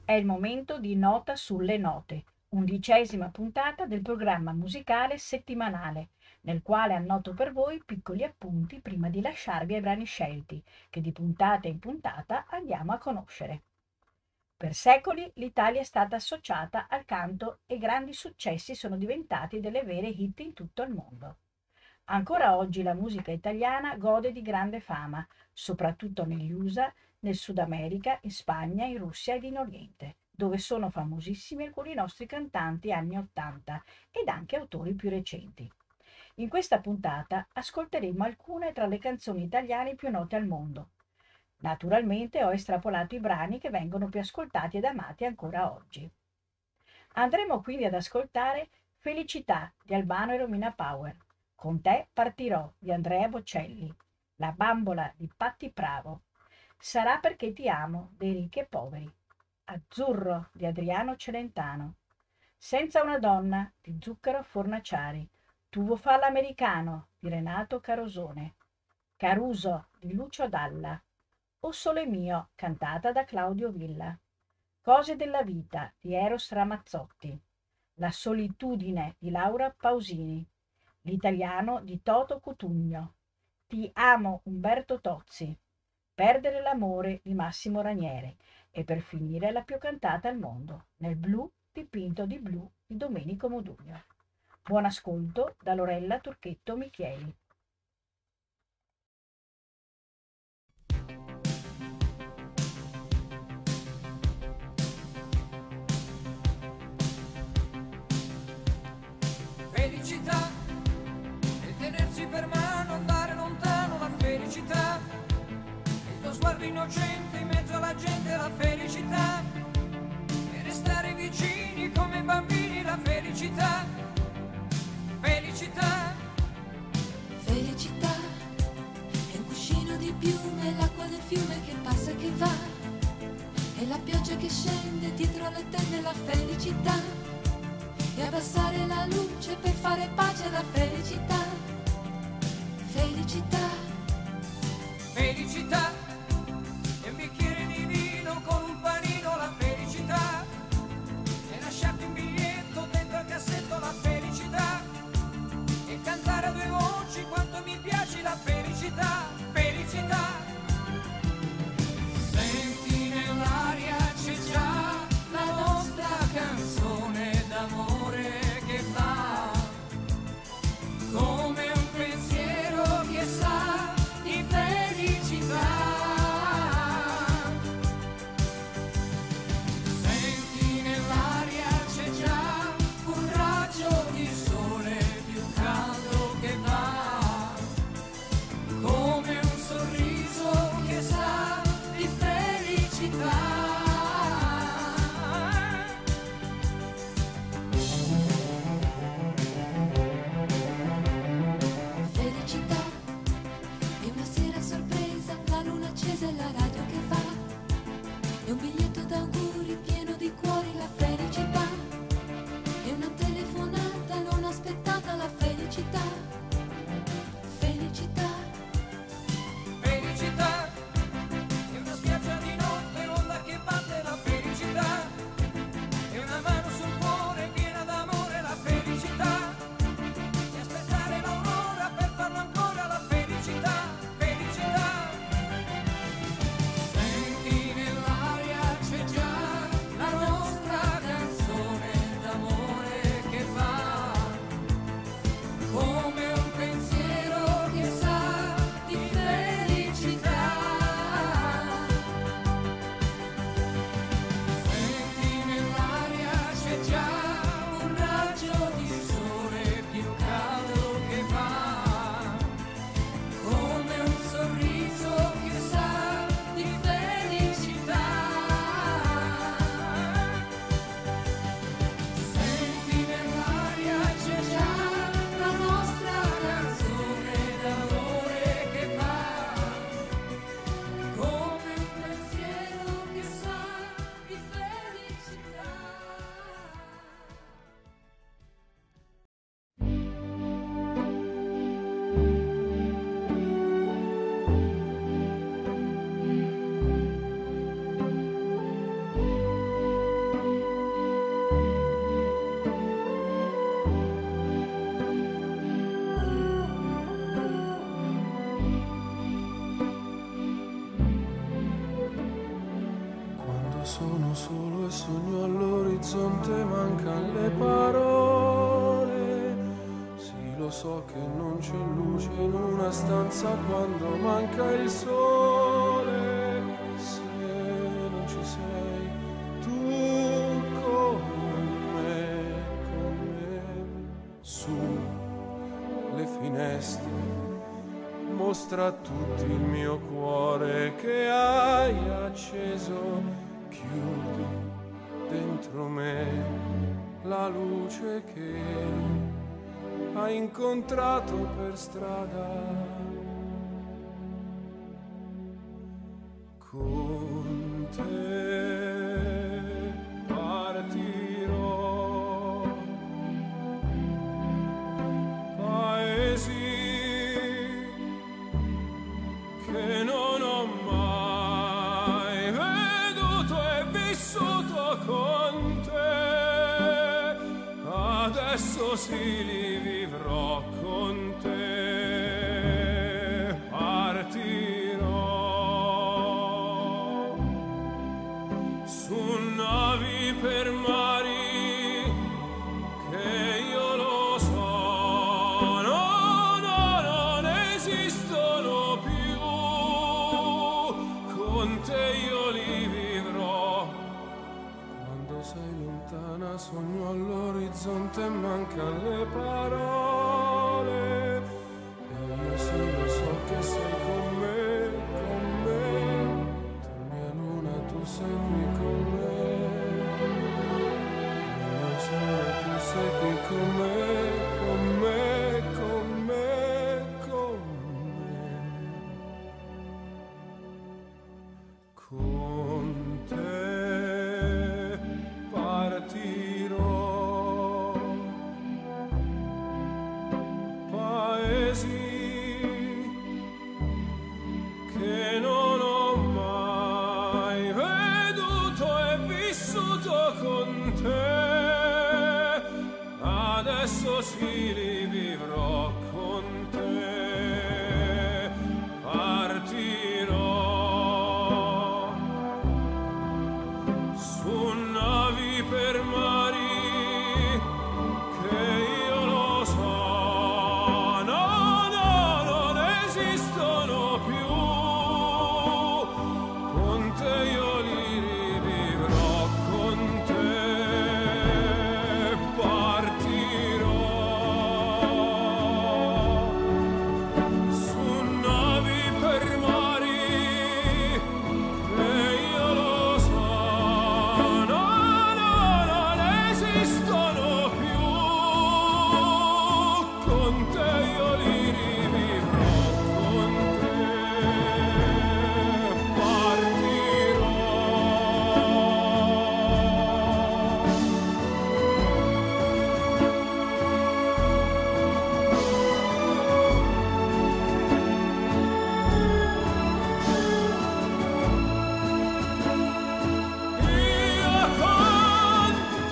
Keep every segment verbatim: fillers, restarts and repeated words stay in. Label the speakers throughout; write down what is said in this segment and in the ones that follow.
Speaker 1: È il momento di Nota sulle note, undicesima puntata del programma musicale settimanale, nel quale annoto per voi piccoli appunti prima di lasciarvi ai brani scelti, che di puntata in puntata andiamo a conoscere. Per secoli l'Italia è stata associata al canto e grandi successi sono diventati delle vere hit in tutto il mondo. Ancora oggi la musica italiana gode di grande fama, soprattutto negli U S A, nel Sud America, in Spagna, in Russia ed in Oriente, dove sono famosissimi alcuni nostri cantanti anni Ottanta ed anche autori più recenti. In questa puntata ascolteremo alcune tra le canzoni italiane più note al mondo. Naturalmente ho estrapolato i brani che vengono più ascoltati ed amati ancora oggi. Andremo quindi ad ascoltare Felicità di Albano e Romina Power, Con te partirò di Andrea Bocelli, La bambola di Patti Pravo, Sarà perché ti amo dei Ricchi e Poveri, Azzurro di Adriano Celentano, Senza una donna di Zucchero Fornaciari, Tu vuoi fa l'americano di Renato Carosone, Caruso di Lucio Dalla, O Sole mio cantata da Claudio Villa, Cose della vita di Eros Ramazzotti, La solitudine di Laura Pausini, L'italiano di Toto Cutugno, Ti amo Umberto Tozzi, Perdere l'amore di Massimo Raniere e per finire la più cantata al mondo, Nel blu dipinto di blu di Domenico Modugno. Buon ascolto da Lorella Turchetto Michieli.
Speaker 2: Felicità e tenersi per mano, andare lontano, la felicità, il tuo sguardo innocente in mezzo alla gente, la felicità, e restare vicini come bambini, la felicità, felicità.
Speaker 3: Felicità è un cuscino di piume, l'acqua del fiume che passa e che va, e la pioggia che scende dietro le tende, la felicità, e abbassare la luce per fare pace alla felicità, felicità,
Speaker 2: Felicità e un bicchiere di vino con un panino, la felicità, e lasciarti un biglietto dentro al cassetto, la felicità, e cantare a due voci quanto mi piace la felicità, felicità. Senti nell'aria c'è già la nostra canzone d'amore che va come un pensiero che sa di felicità. Senti nell'aria c'è già un raggio di sole più caldo che va come un sorriso che sa di felicità.
Speaker 3: felicità è una sera a sorpresa, la luna accesa e la radio che va, è un biglietto d'auguri pieno di cuori, la felicità, è una telefonata non aspettata, la felicità, felicità,
Speaker 2: Felicità è una spiaggia di notte, l'onda che batte, la felicità è una mano sul cuore piena d'amore, la felicità e aspettare l'aurora per farlo ancora, la felicità, felicità. Senti nell'aria c'è già
Speaker 4: sono solo e sogno all'orizzonte, mancano le parole. Sì, lo so che non c'è luce in una stanza quando manca il sole. Se non ci sei tu con me, con me, su le finestre mostra a tutti il mio cuore che hai acceso. Chiudi dentro me la luce che hai incontrato per strada. Con te partirò, paesi che non ho mai veduto e vissuto con te, adesso sì li vivrò con te, partirò su navi per mari che io lo so, no, no, non esistono più, con te io li vivrò. Quando sei lontana sogno all'orizzonte e mancano le parole, e io sì lo so che sei con me, con me, tu mia luna, tu sei qui con me, mio sole, tu sei qui con me, con me, con me, con me. Con te partirò, paesi che non ho mai veduto e vissuto con te, adesso sì li vivrò con te, partirò su navi per mari che io lo so, no, no, non esistono più, con te io li rivivrò, con te partirò su navi per mari che io lo so, no, no, non esistono più, con te io li rivivrò, con te partirò. Io con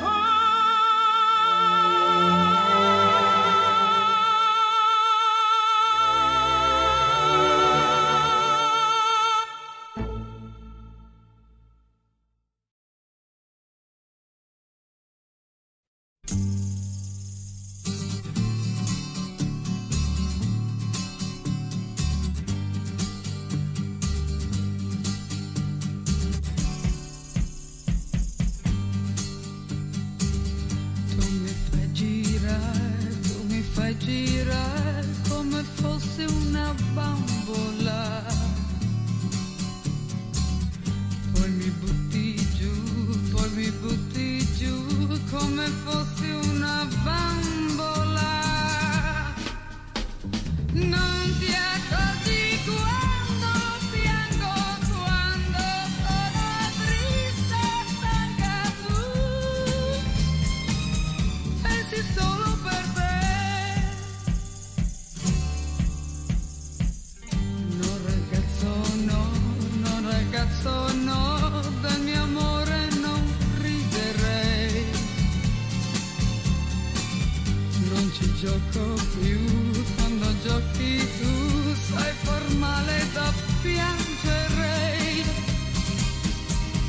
Speaker 3: Tu mi fai girare, tu mi fai girare come fosse una bambola. Poi mi butti giù, poi mi butti giù come fosse una bambola. Non ti accorgi quando piango, quando sono triste e stanca tu. Pensi solo per te. No ragazzo no, no ragazzo no, del mio amore non riderei. Non ci gioco più, quando giochi tu sai far male da piangerei.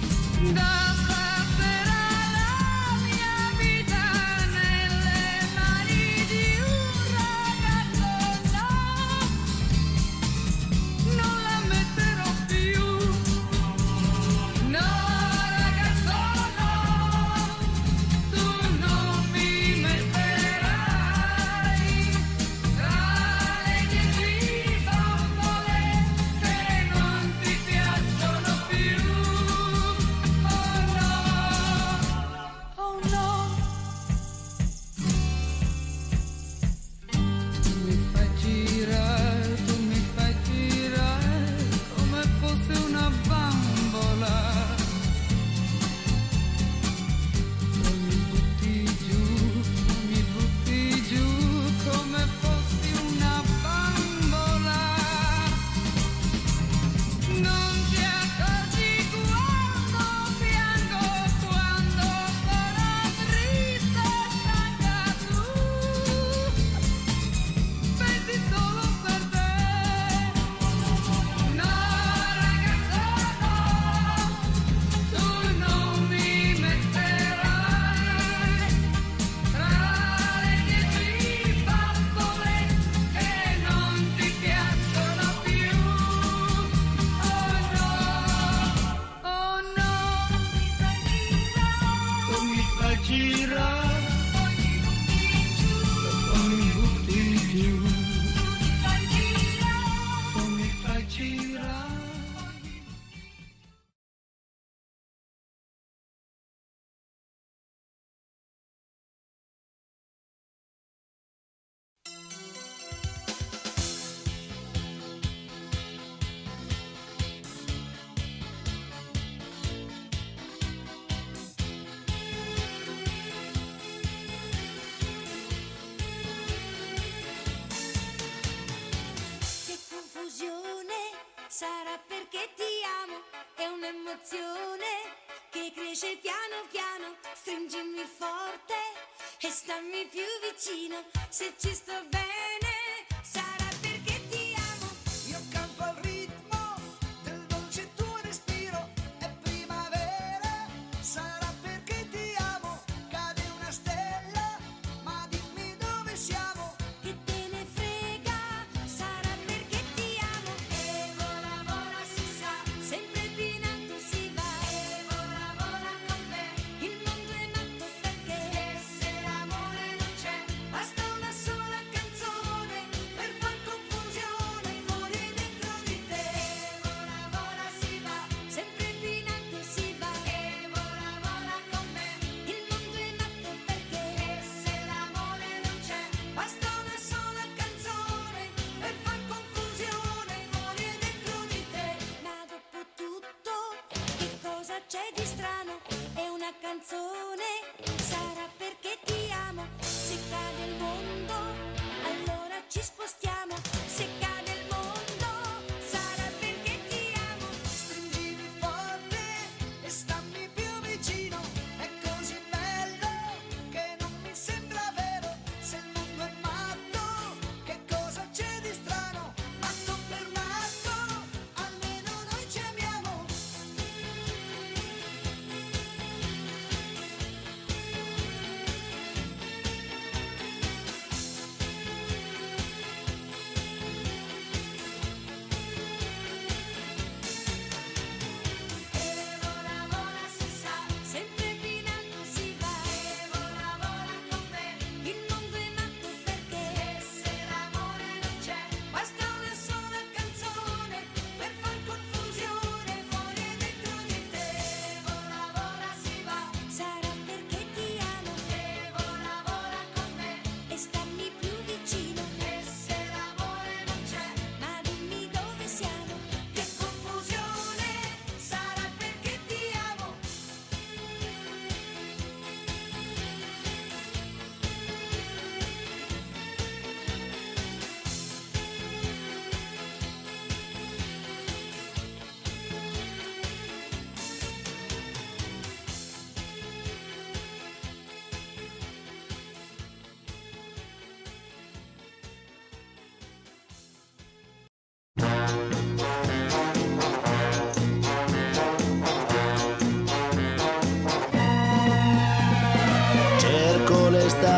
Speaker 3: Sarà perché ti amo, è un'emozione che cresce piano piano. Stringimi forte e stammi più vicino. Se ci sto bene, sarà perché ti amo.
Speaker 2: Io campo al ritmo del dolce tuo respiro. È primavera, sarà perché ti amo. Cade una stella, ma dimmi dove siamo.
Speaker 3: Che te ne frega, sarà perché ti amo. E vola, vola, si sa, sempre più in alto si va. E vola, vola con me, il mondo è matto perché. E se l'amore non c'è, basta una sola canzone per far confusione fuori e dentro di te. E vola, vola, si va, sempre più in alto si va. E vola, vola con me, il mondo è matto perché. E se l'amore non c'è, basta una sola canzone per far confusione fuori e dentro di te. Ma dopo tutto, che cosa c'è di strano? È una canzone, sarà perché ti amo. Se cade il mondo, allora ci spostiamo. Se cade il mondo, sarà perché ti amo.
Speaker 2: Stringimi forte e stammi più vicino. È così bello che non mi sembra vero. Se il mondo è matto, che cosa c'è di strano? Matto per matto, almeno noi ci amiamo.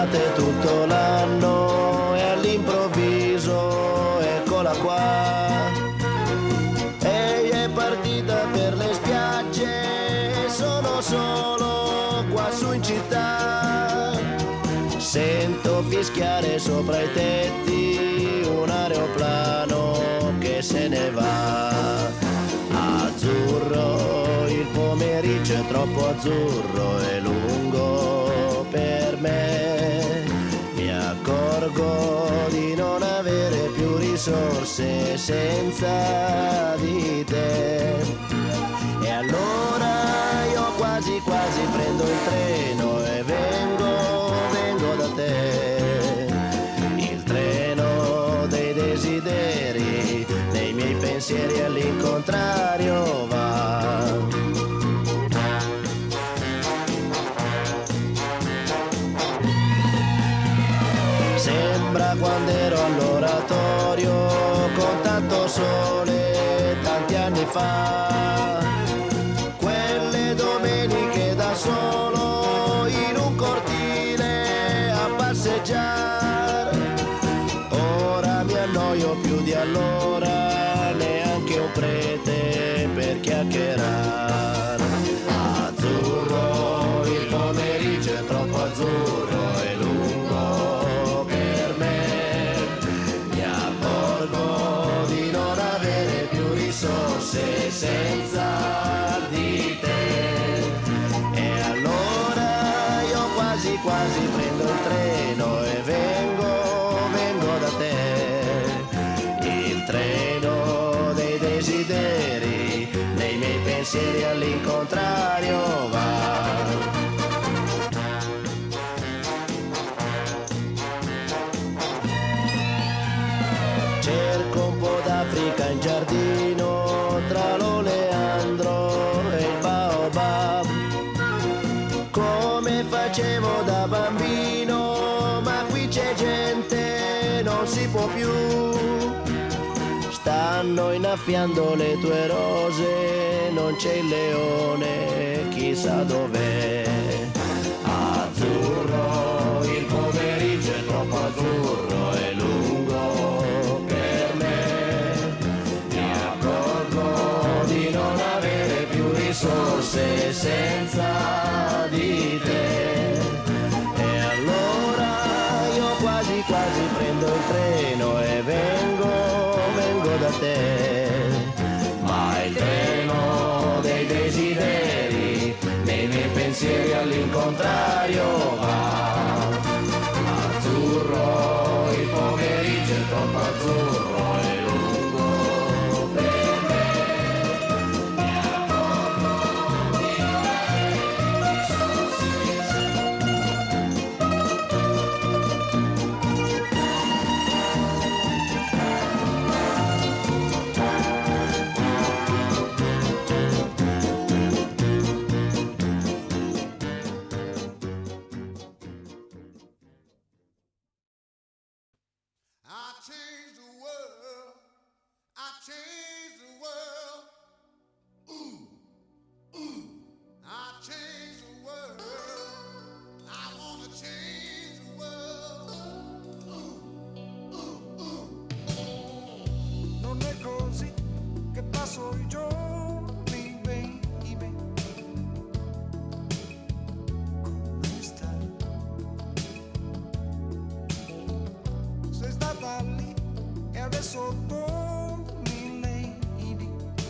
Speaker 5: d'estate tutto l'anno e all'improvviso eccola qua. Ehi, è partita per le spiagge, sono solo qua su in città. Sento fischiare sopra i tetti un aeroplano che se ne va. Azzurro, il pomeriggio è troppo azzurro e lungo per me. Mi accorgo di non avere più risorse senza di te. E allora io quasi quasi prendo il treno e vengo, vengo da te. Il treno dei desideri, nei miei pensieri all'incontrario va. Sembra quando ero all'oratorio con tanto sole tanti anni fa. Quelle domeniche da solo in un cortile a passeggiare. Ora mi annoio più di allora, neanche un prete per chiacchierare. Azzurro, il pomeriggio è troppo azzurro e lungo per me. Mi accorgo di non avere più risorse senza di te. E allora io quasi quasi prendo il treno e vengo, vengo da te. Il treno dei desideri, nei miei pensieri all'incontrario va. Cerco un po' d'Africa in giardino, tra l'oleandro e il baobab, come facevo da bambino, ma qui c'è gente, non si può più. Stanno innaffiando le tue rose, non c'è il leone, chissà dov'è. Azzurro, il pomeriggio è troppo azzurro e lungo per me. Mi accorgo di non avere più risorse senza di te. E allora io quasi quasi prendo il treno e vengo, vengo da te. Ma il treno dei desideri, nei miei pensieri all'incontrario va. Azzurro, il pomeriggio è troppo azzurro e lungo per me. Mi accorgo di non avere risorse
Speaker 6: Sei stata lì e adesso torni, lady.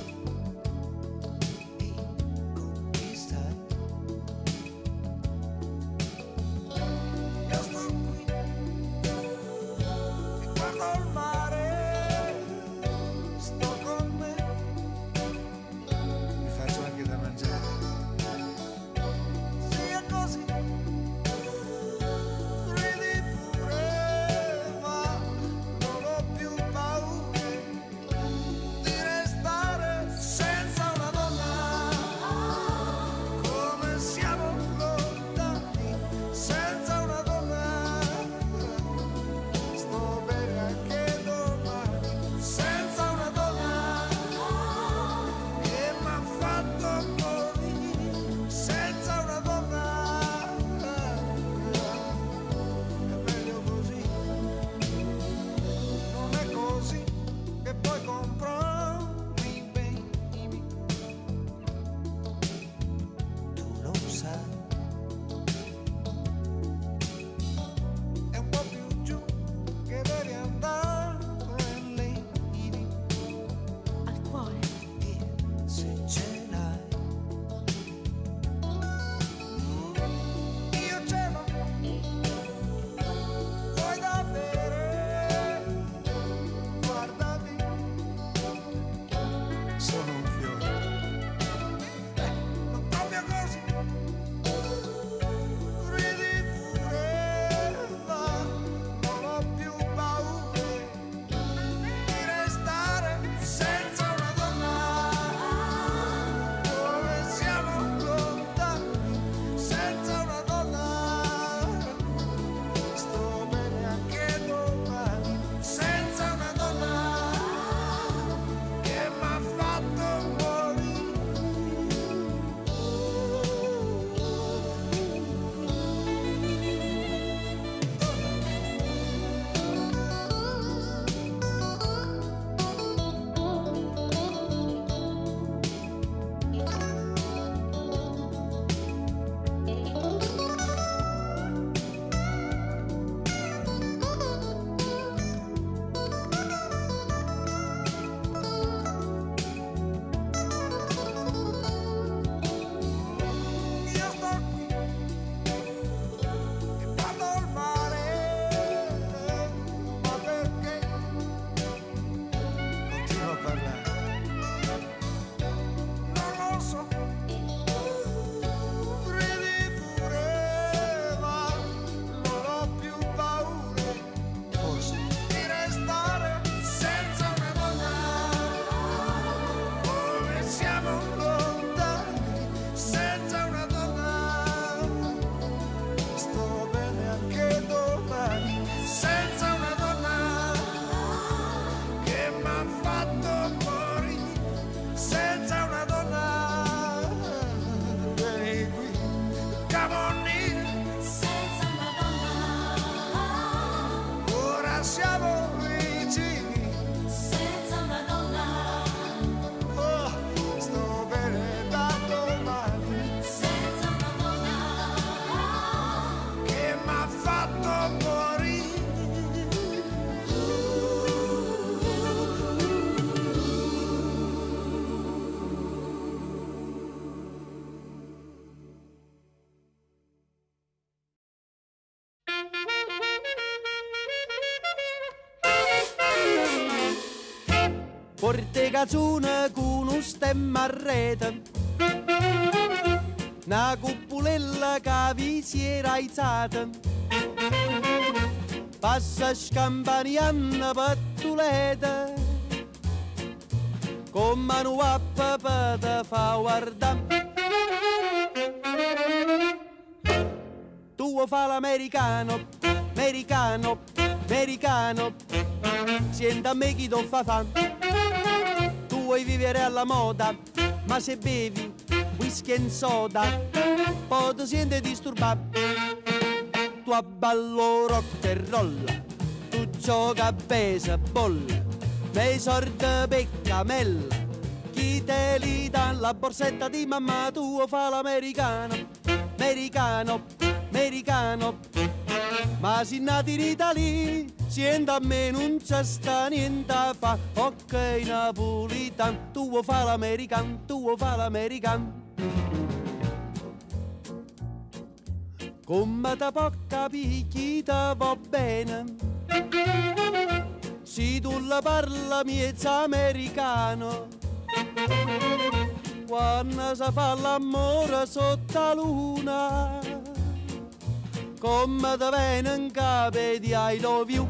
Speaker 5: forte canzone con un stemma a rete, una cupolella che vi si era alzata, passa scampanianna pattuleta, con mano a papà te fa guardare. Tu vuoi fare l'americano, americano, americano, senta a me chi ti fa fan. Tu vuoi vivere alla moda, ma se bevi whisky e soda, poi ti senti disturbato. Tu abballo rock e roll, tu gioca a baseball, nei sordi peccamella, chi te li dà la borsetta di mamma, tu vuoi fare l'americano, americano, americano, ma si nati in Italia, siendo a me non c'è sta niente a fa, ok napolitan, tu vuoi fare l'americano, tu vuoi fare l'americano. Come te può capire chi te va bene, se tu la parla miezza americano, quando si fa l'amore sotto la luna, come te viene in capo di I love you.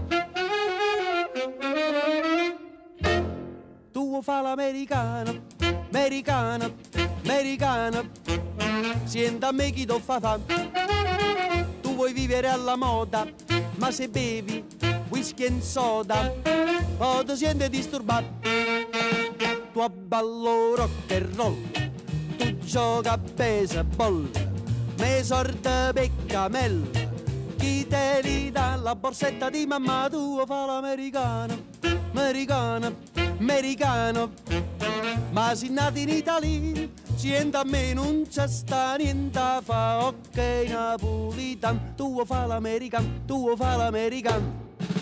Speaker 5: Tu vuoi fare l'americano, americano, americano, senta a me chi ti fa fan. Tu vuoi vivere alla moda, ma se bevi whisky e soda, poi ti senti disturbato. Tu abballo rock e roll, tu gioca a baseball, me sorte peccamella, chi te li dà la borsetta di mamma, tu vuoi fare l'americano, americano, americano, ma si nati in Italia, sienta a me non c'è sta niente a fa, ok napolitan, tu vuoi fare l'americano, tu vuoi fare l'americano.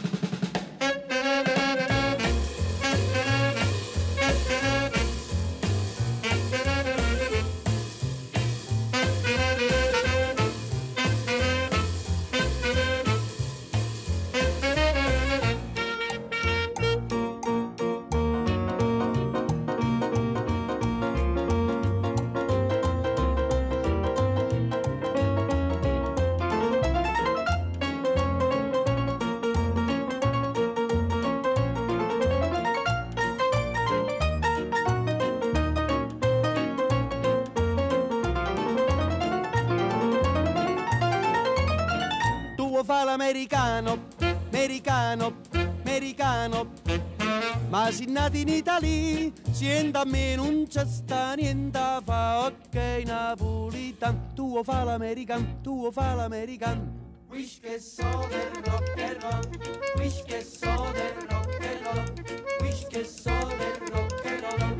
Speaker 5: Fa l'americano, americano, americano, ma si nati in Italia, sienta a me non c'è sta niente a fa, ok napolitan, tu vuoi fa l'americano, tu vuoi fa l'americano. Wish che so del rock and roll, wish che so del rock and roll, wish che so del rock and roll.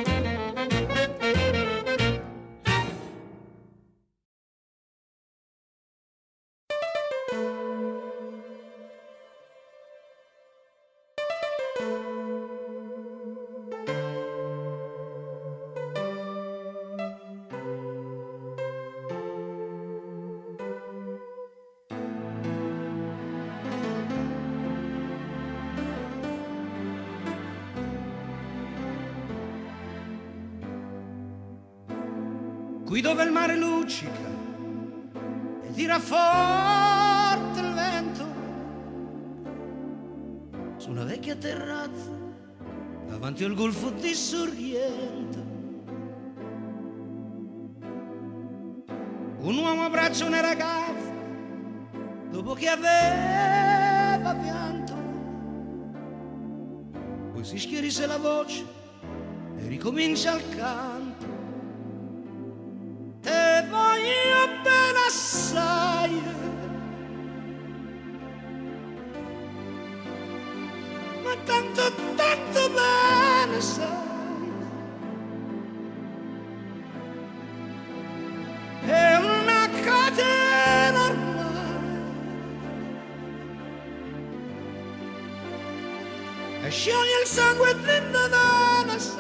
Speaker 2: Qui dove il mare luccica e tira forte il vento, su una vecchia terrazza davanti al golfo di Sorrento, un uomo abbraccia una ragazza dopo che aveva pianto, poi si schiarisce la voce e ricomincia il canto. Te voglio bene assai, ma tanto, tanto bene sai, è una catena ormai, e scioglie il sangue dentro da una sai.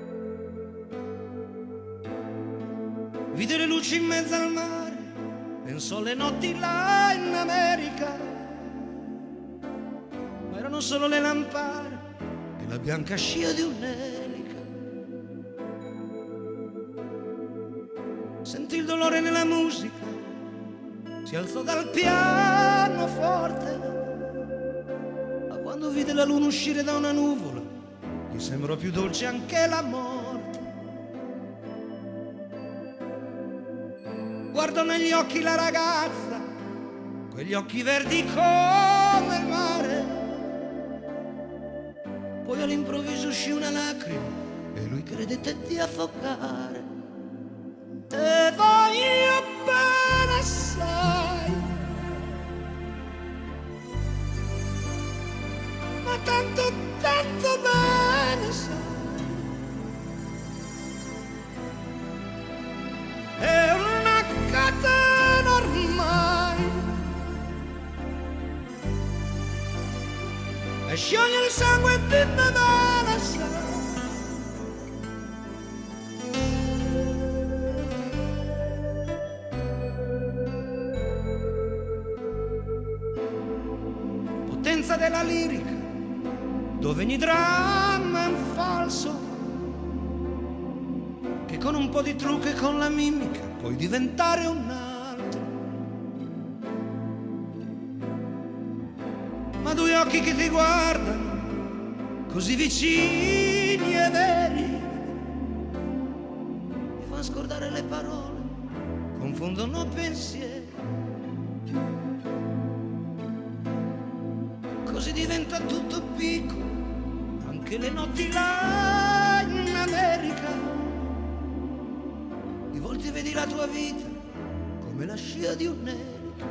Speaker 2: Vide le luci in mezzo al mare e
Speaker 6: Pensò le notti là in America, ma erano solo le lampade e la bianca scia di un'elica. Sentì il dolore nella musica, si alzò dal pianoforte, ma quando vide la luna uscire da una nuvola, gli sembrò più dolce anche la morte. Guardò negli occhi la ragazza, quegli occhi verdi come il mare. Poi all'improvviso uscì una lacrima e lui credette di affogare. Te voglio bene assai, ma tanto, tanto bene sai. È una catena ormai e scioglie il sangue di me bene sai. Potenza della lirica, dove ogni dramma è un falso, che con un po' di trucco e con la mimica puoi diventare un altro. Ma due occhi che ti guardano, così vicini e veri, ti fanno scordare le parole, confondono pensieri. Così diventa tutto piccolo, anche le notti là in America. Di volte vedi la tua vita come la scia di un'elica.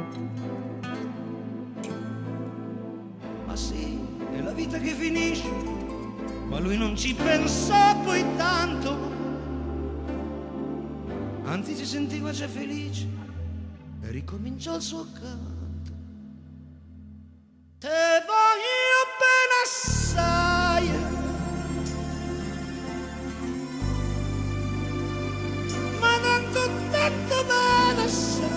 Speaker 6: Ma sì, è la vita che finisce, ma lui non ci pensò poi tanto, anzi si sentiva già felice e ricominciò il suo canto. Te voglio bene assai, ma tanto, tanto bene assai.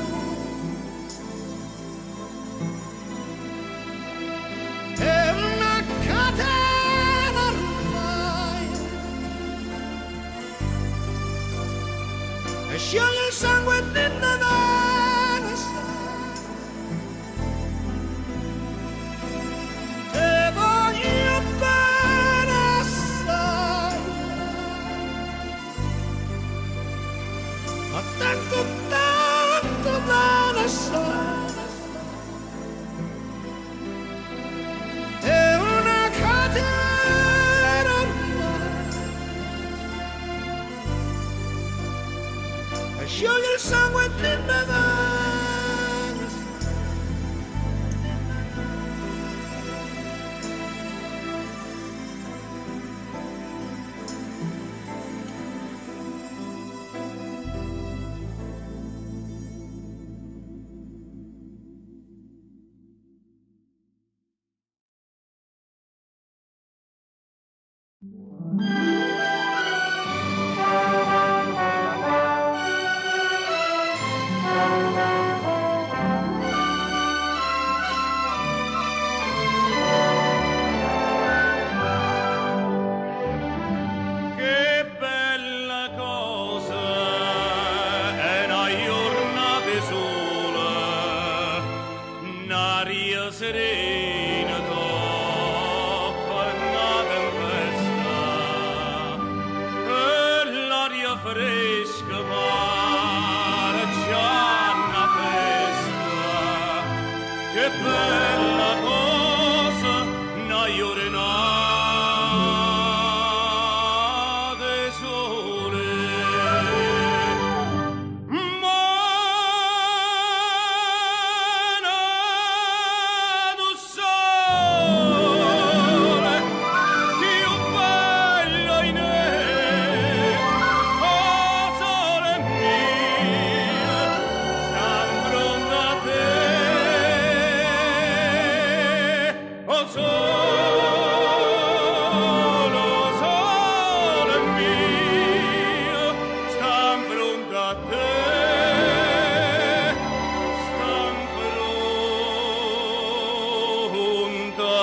Speaker 6: È una catena ormai e scioglie il sangue di me bene assai. Tanto, tanto bene sai. È una catena ormai e scioglie il sangue di me bene.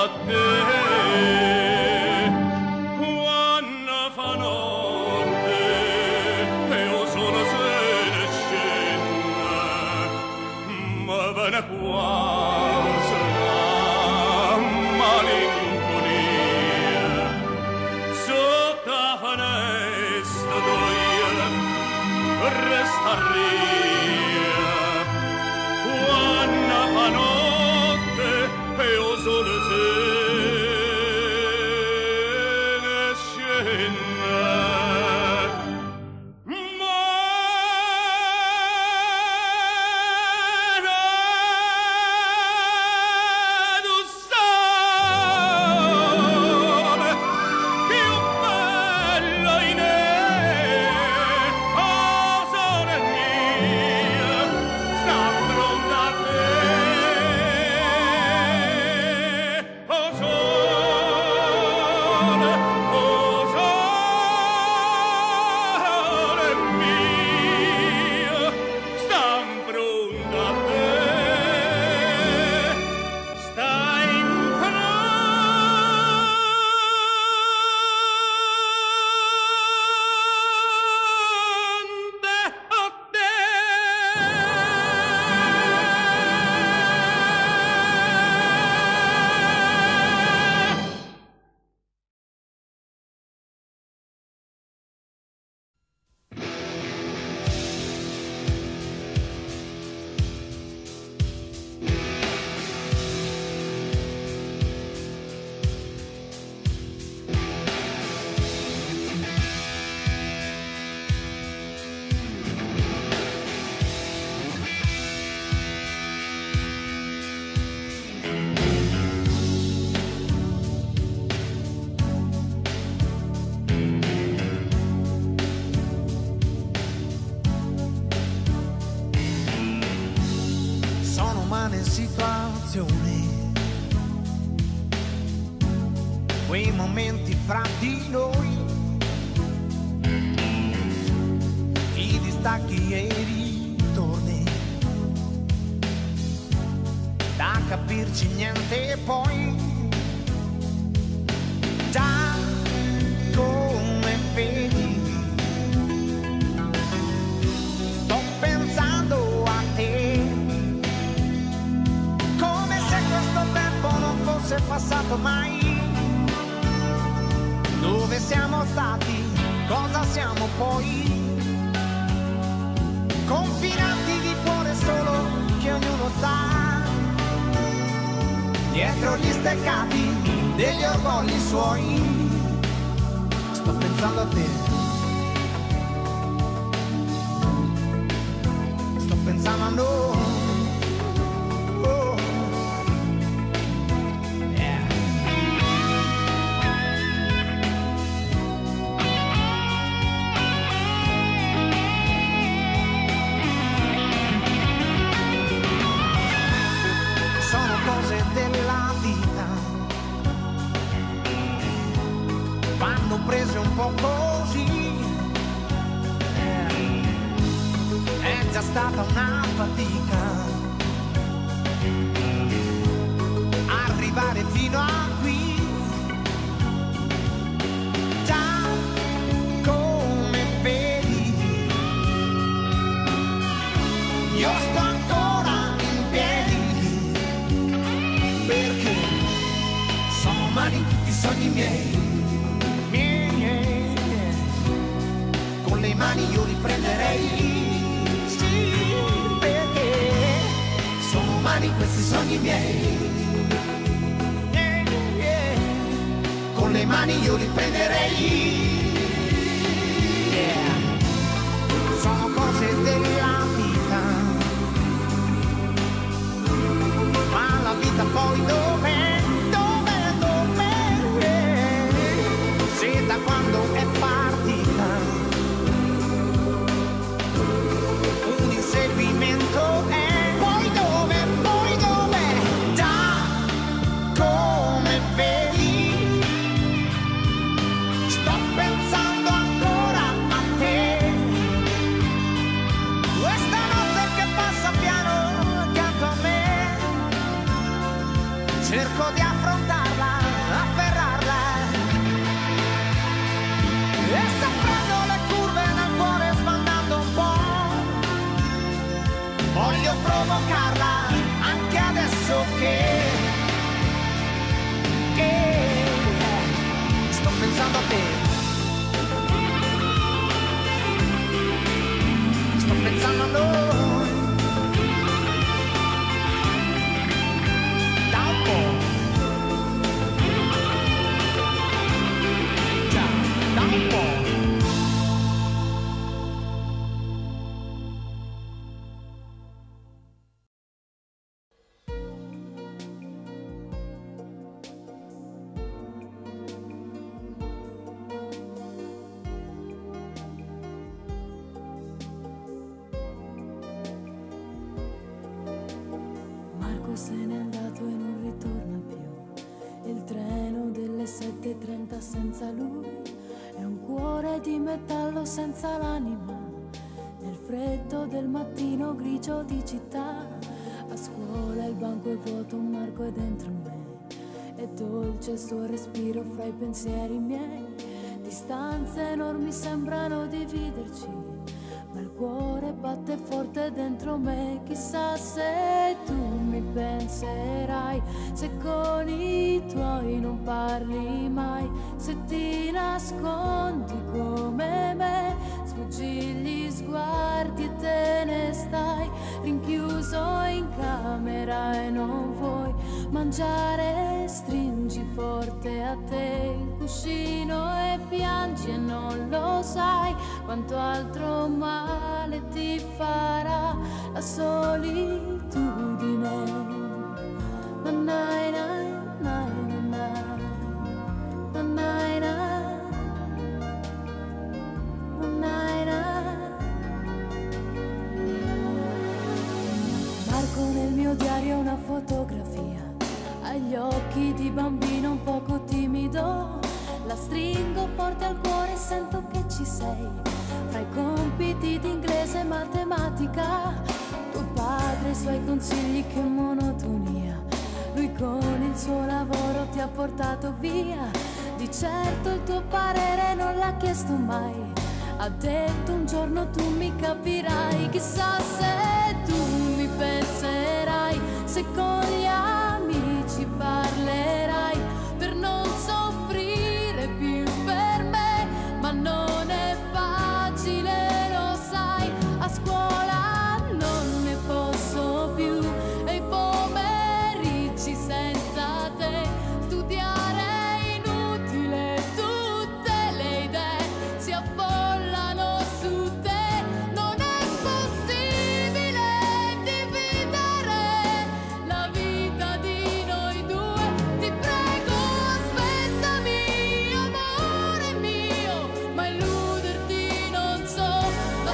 Speaker 7: situazioni, quei momenti fra di noi, i distacchi e i ritorni, da capirci niente poi, già come vedi, sto pensando a te, come se questo tempo non fosse passato mai. Dove siamo stati, cosa siamo poi? Confinati di cuore solo che ognuno sta dietro gli steccati degli orgogli suoi. Sto pensando a te, sto pensando a noi. Prese un po' così, è già stata una fatica arrivare fino a qui, già come vedi io sto ancora in piedi, perché sono umani tutti i sogni miei. Con le mani io li prenderei, sì, perché sono umani questi sogni miei. Yeah, yeah. Con le mani io li prenderei, yeah. Sono cose della vita, ma la vita poi dov'è, dov'è, dov'è? Se da quando è partita seguimento è, poi dove, poi dove, già come vedi, sto pensando ancora a te, questa notte che passa piano accanto a me,
Speaker 3: se n'è andato e non ritorna più. Il treno delle sette e trenta senza lui è un cuore di metallo senza l'anima. Nel freddo del mattino grigio di città, a scuola il banco è vuoto, un marco è dentro me. È dolce il suo respiro fra i pensieri miei. Distanze enormi sembrano dividerci, ma il cuore batte forte dentro me. Chissà se tu mi penserai, se con i tuoi non parli mai, se ti nascondi come me, sfuggi gli sguardi e te ne stai rinchiuso in camera e non vuoi mangiare. Stringi forte a te il cuscino e piangi e non lo sai quanto altro male ti farà la solitudine. Nanai, nai, nai, nanai, nanai, nanai, nanai. Marco nel mio diario una fotografia, agli occhi di bambino un poco timido. La stringo forte al cuore e sento che ci sei. Fra i compiti di inglese e matematica, tuo padre e i suoi consigli, che monotonia. Lui con il suo lavoro ti ha portato via. Di certo il tuo parere non l'ha chiesto mai. Ha detto un giorno tu mi capirai. Chissà se tu mi penserai, se con gli amici parlerai per non soffrire più per me. Ma non è facile, lo sai, a scuola non ne posso più e i pomeriggi senza te studiare è inutile. Tutte le idee si affollano su te. Non è possibile dividere la vita di noi due. Ti prego aspettami, amore mio, ma illuderti non so. La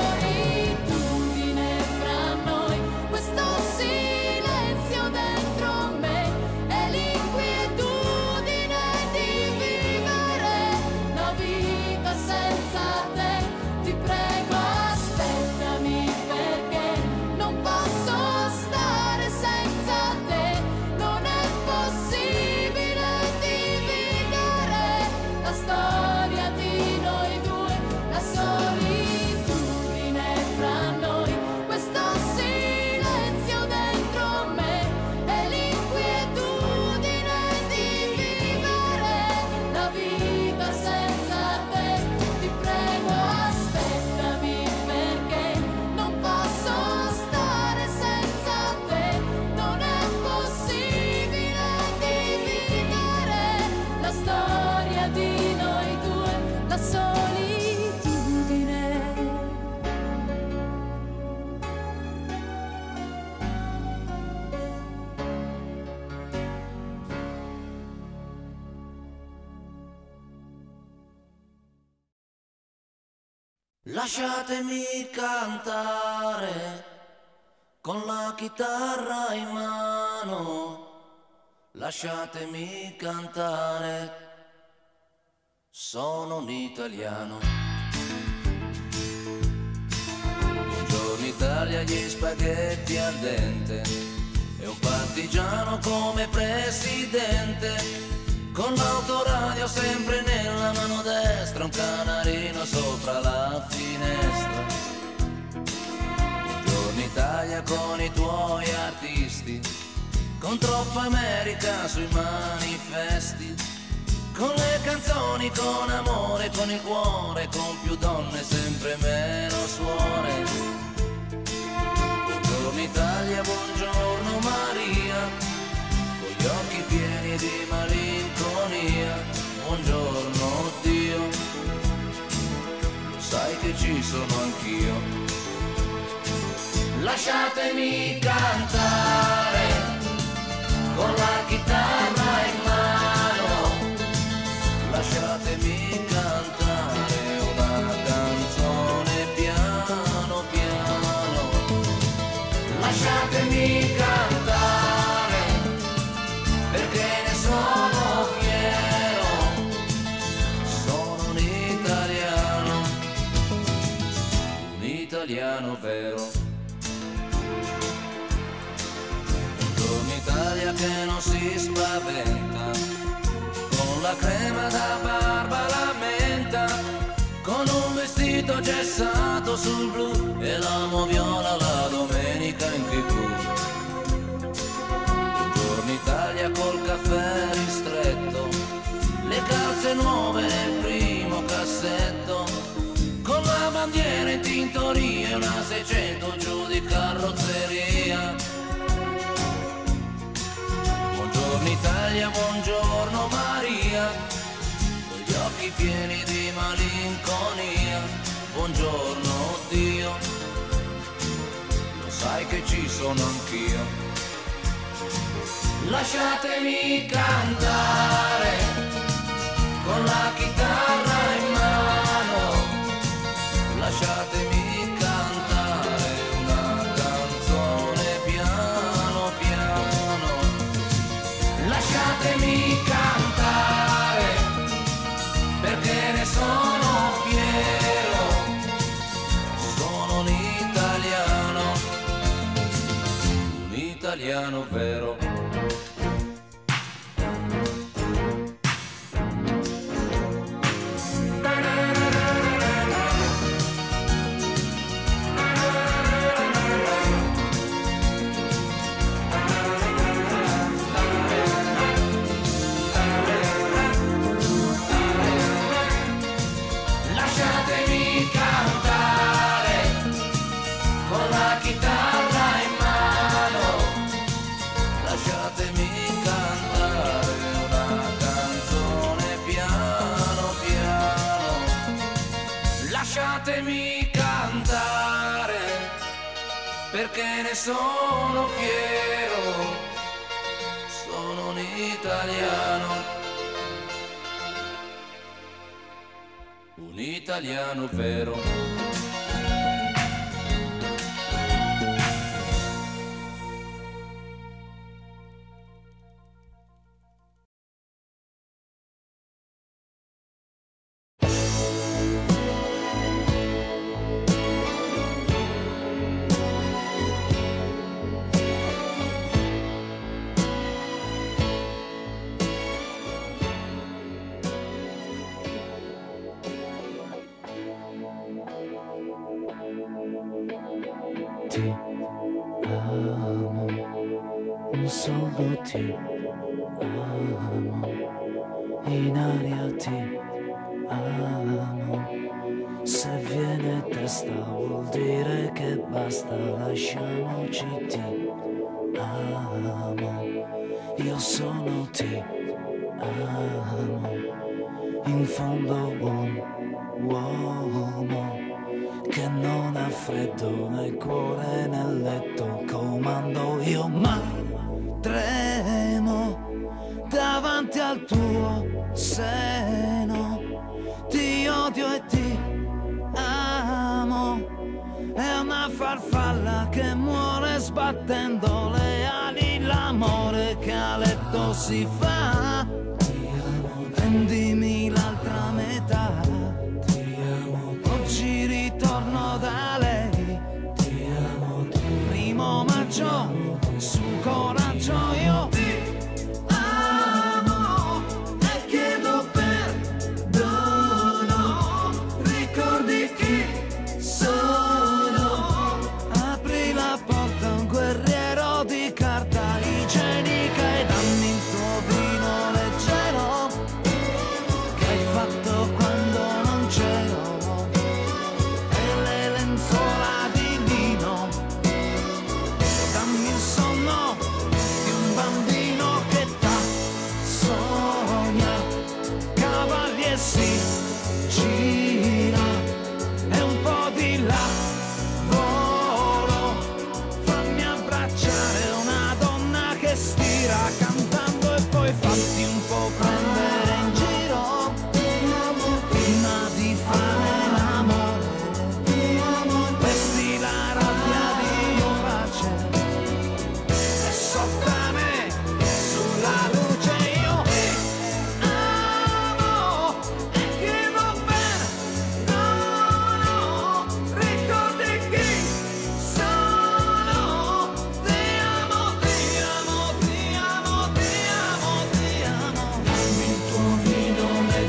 Speaker 3: solitudine fra noi, questo silenzio dentro me e l'inquietudine di vivere la vita senza te. Ti prego aspettami perché non posso stare senza te. Non è possibile dividere la storia di noi due. La solitudine fra noi, questo silenzio dentro me e l'inquietudine di vivere la vita senza te. Ti prego aspettami perché non posso stare senza te. Non è possibile dividere la storia di noi due. La solitudine.
Speaker 8: Lasciatemi cantare con la chitarra in mano, lasciatemi cantare, sono un italiano. Buongiorno Italia, gli spaghetti al dente e un partigiano come presidente. Con l'autoradio sempre nella mano destra, un canarino sopra la finestra. Buongiorno Italia con i tuoi artisti, con troppa America sui manifesti, con le canzoni, con amore, con il cuore, con più donne, sempre meno suore. Buongiorno Italia, buongiorno Maria, con gli occhi pieni di malinconia. Buongiorno Dio, lo sai che ci sono anch'io. Lasciatemi cantare con la chitarra in mano, lasciatemi cantare una canzone piano piano. Lasciatemi cantare sulla crema da barba la menta, con un vestito gessato sul blu e l'amo viola la domenica in tv. Buongiorno Italia col caffè ristretto, le calze nuove nel primo cassetto, con la bandiera in tintoria e una seicento giù di carrozzeria. Buongiorno Italia, buongiorno Maria, con gli occhi pieni di malinconia. Buongiorno Dio, lo sai che ci sono anch'io. Lasciatemi cantare con la chitarra in mano, lasciatemi cantare una canzone piano piano, lasciatemi cantare perché ne sono fiero, sono un italiano, un italiano vero. Lasciatemi cantare perché ne sono fiero, sono un italiano, un italiano vero.
Speaker 9: Ti amo, solo ti amo, in aria ti amo. Se viene testa vuol dire che basta, lasciamoci, ti amo. Io sono ti amo, in fondo un uomo che non ha freddo nel cuore nel letto, comando io ma tremo davanti al tuo seno, ti odio e ti amo, è una farfalla che muore sbattendo le ali, l'amore che a letto si fa, prendimi l'altra metà. Oggi ritorno da lei, ti amo, primo maggio, su coraggio io ti amo e chiedo perdono, ricordi chi sono, apri la porta a un guerriero di carta igienica e dammi il tuo vino leggero che hai fatto quando non c'ero. Si gira e un po' di là volo, fammi abbracciare una donna che stira cantando e poi fatti un po' prendere in giro prima di fare l'amore, vesti la rabbia di pace e sopra me sulla luce io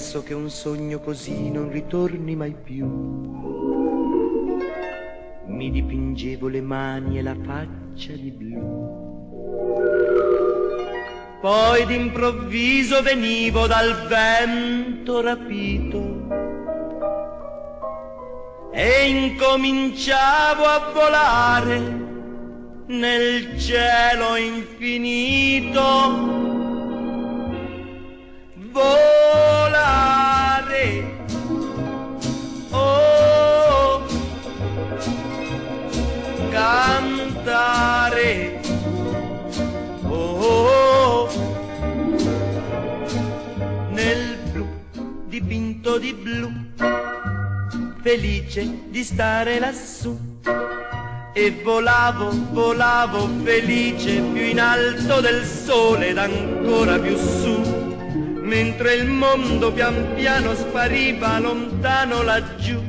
Speaker 10: penso che un sogno così non ritorni mai più. Mi dipingevo le mani e la faccia di blu. Poi d'improvviso venivo dal vento rapito e incominciavo a volare nel cielo infinito. Volare, oh, cantare, oh, nel blu dipinto di blu, felice di stare lassù. E volavo, volavo felice più in alto del sole ed ancora più su, mentre il mondo pian piano spariva lontano laggiù.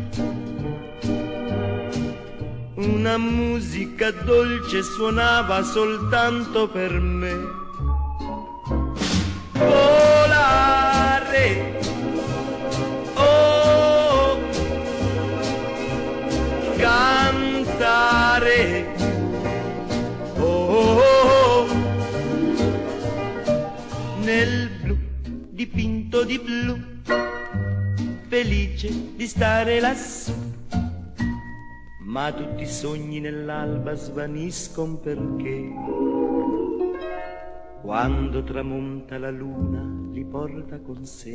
Speaker 10: Una musica dolce suonava soltanto per me. Volare, oh, cantare, oh, oh, nel blu dipinto di blu, felice di stare lassù. Ma tutti i sogni nell'alba svaniscono perché quando tramonta la luna li porta con sé.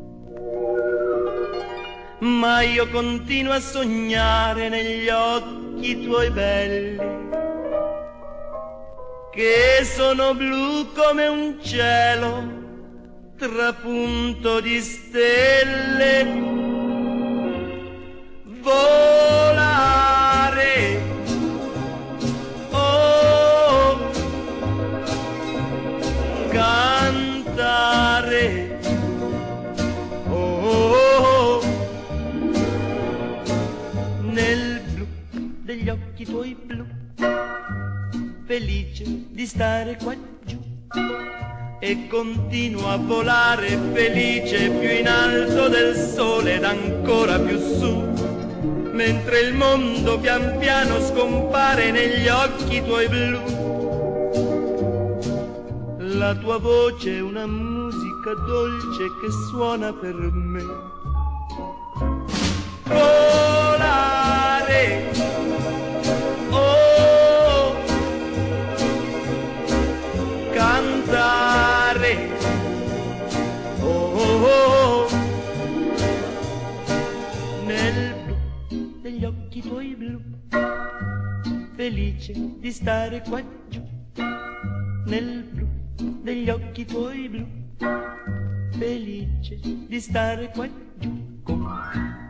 Speaker 10: Ma io continuo a sognare negli occhi tuoi belli, che sono blu come un cielo trapunto di stelle. Volare, oh, cantare, oh, nel blu degli occhi tuoi blu, felice di stare qua giù. E continuo a volare felice più in alto del sole ed ancora più su, mentre il mondo pian piano scompare negli occhi tuoi blu. La tua voce è una musica dolce che suona per me. Volare, oh, cantare, oh, oh, oh, nel blu degli occhi tuoi blu, felice di stare qua giù. Nel blu degli occhi tuoi blu, felice di stare qua giù con me.